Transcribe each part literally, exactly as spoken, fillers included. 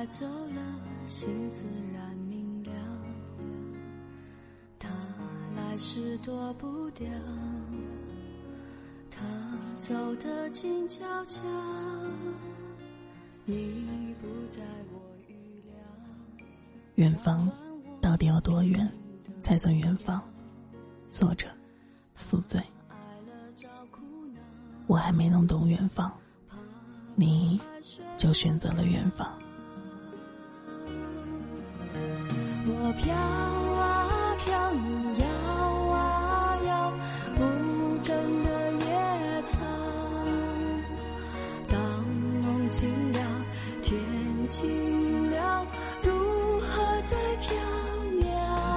走了，心自然明了，他来时躲不掉，他走得静悄悄，你不在我预料。 远方到底要多远才算远方？作者宿醉。我还没弄懂远方，你就选择了远方。 我飘啊飘，你摇啊摇，无根的野草。当梦醒了，天晴了，如何在飘渺？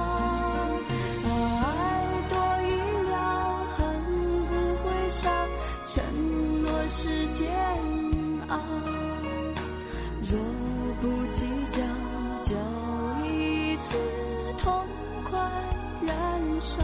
爱多一秒，恨不会少，承诺是煎熬。若不计较，就一次痛快燃烧。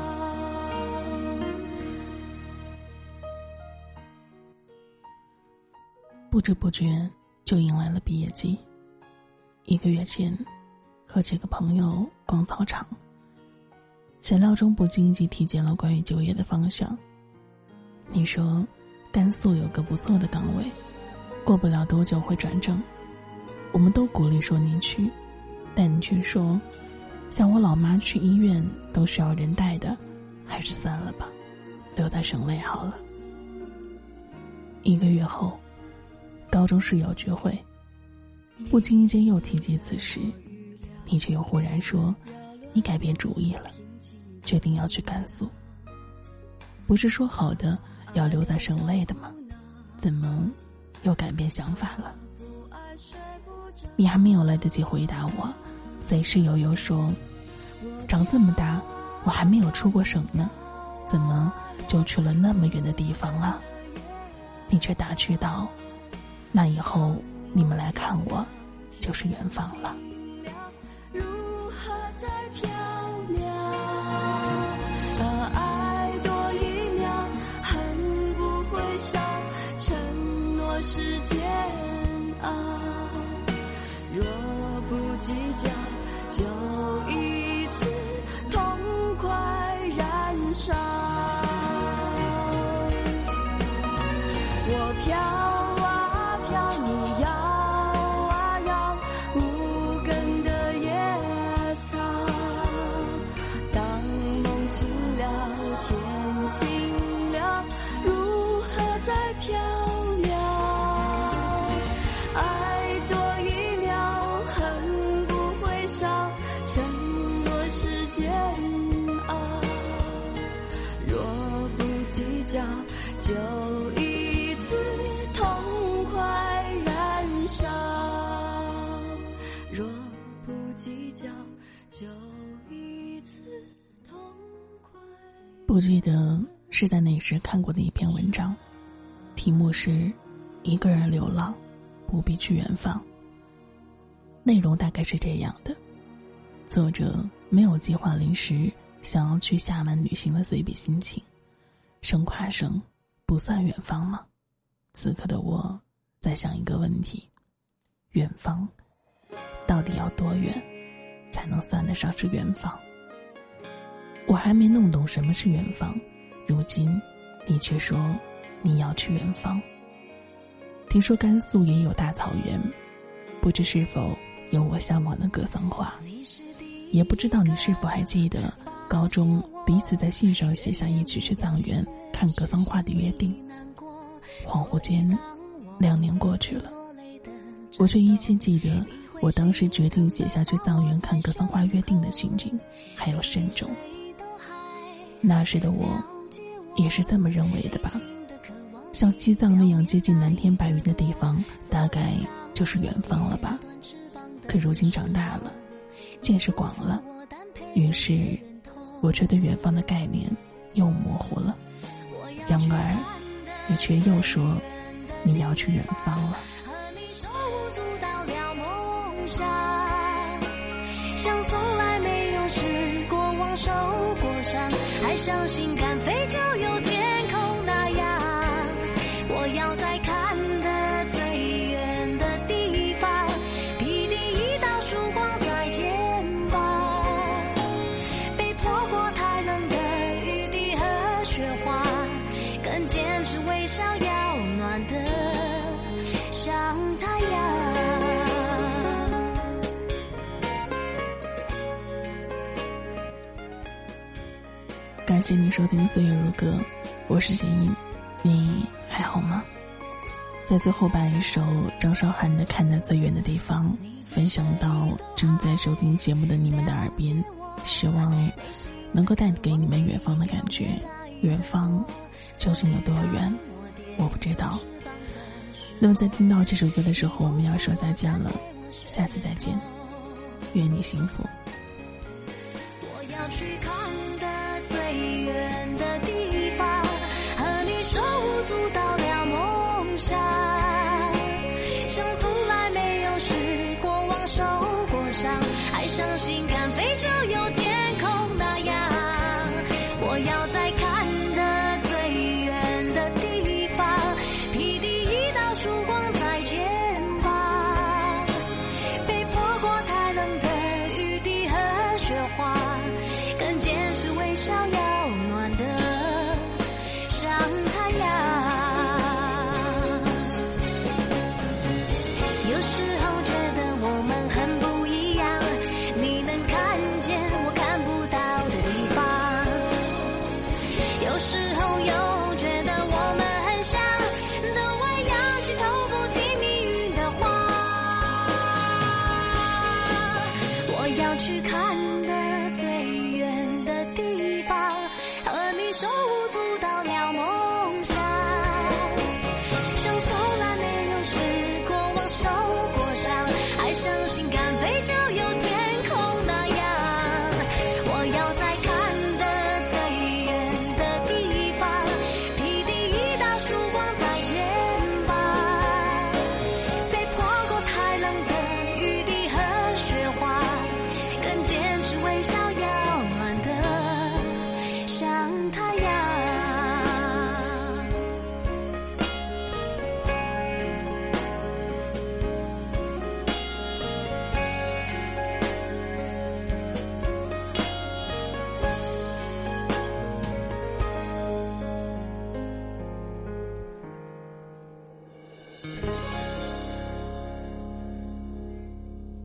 不知不觉就迎来了毕业季。一个月前，和几个朋友逛操场，闲聊中不经意地提及了关于就业的方向。你说甘肃有个不错的岗位，过不了多久会转正，我们都鼓励说你去，但你却说像我老妈去医院都需要人带的，还是算了吧，留在省内好了。一个月后，高中室友聚会，不经意间又提及此事，你却又忽然说你改变主意了，决定要去甘肃。不是说好的要留在省内的吗？怎么又改变想法了？你还没有来得及回答我，贼室友又说长这么大我还没有出过省呢，怎么就去了那么远的地方了？你却打趣道，那以后你们来看我就是远方了。 如何在飘渺？把爱多一秒，恨不会少，承诺是煎熬。若不计较，就一次痛快燃烧。我飘啊飘，你摇啊摇，无根的野草。当梦醒了，天晴了，如何在飘渺？爱多一秒，恨不会少，承诺是煎熬。若不计较，就一次痛快燃烧。若不计较，就一次痛快。 不记得是在哪时看过的一篇文章，题目是一个人流浪不必去远方。内容大概是这样的，作者没有计划临时想要去厦门旅行的随笔心情，省跨省不算远方吗？此刻的我在想一个问题，远方到底要多远才能算得上是远方？我还没弄懂什么是远方，如今你却说你要去远方。听说甘肃也有大草原，不知是否有我向往的格桑花，也不知道你是否还记得高中彼此在信上写下一起去藏园看格桑花的约定。恍惚间两年过去了，我却依稀记得我当时决定写下去藏园看格桑花约定的情景，还有慎重。那时的我也是这么认为的吧，像西藏那样接近蓝天白云的地方大概就是远方了吧。可如今长大了，见识广了，于是我觉得远方的概念又模糊了。然而你却又说你要去远方了。 像从来没有试过往受过伤，爱上心肝肺就有天空那样。我要在看得最远的地方，比笑要暖的像太阳。 感谢你收听岁月如歌，我是简音，你还好吗？在最后把一首张韶涵的《看得最远的地方》分享到正在收听节目的你们的耳边，希望能够带给你们远方的感觉。远方究竟有多远，我不知道。那么在听到这首歌的时候，我们要说再见了，下次再见，愿你幸福。 我要去看的最远的地方，和你手舞足蹈了梦想，像从来没有失过望受过伤，爱上心肝肺就有天空那样。我要再看的最远的地方，披第一道曙光在肩膀，被泼过太冷的雨滴和雪花，更坚持微笑要暖的像太阳。有时候觉得我们很不一样，你能看见我看不到的地方，有时候又觉得我们很像，都爱仰起头不听命运的话。我要去看的最远的地方，和你手舞足蹈了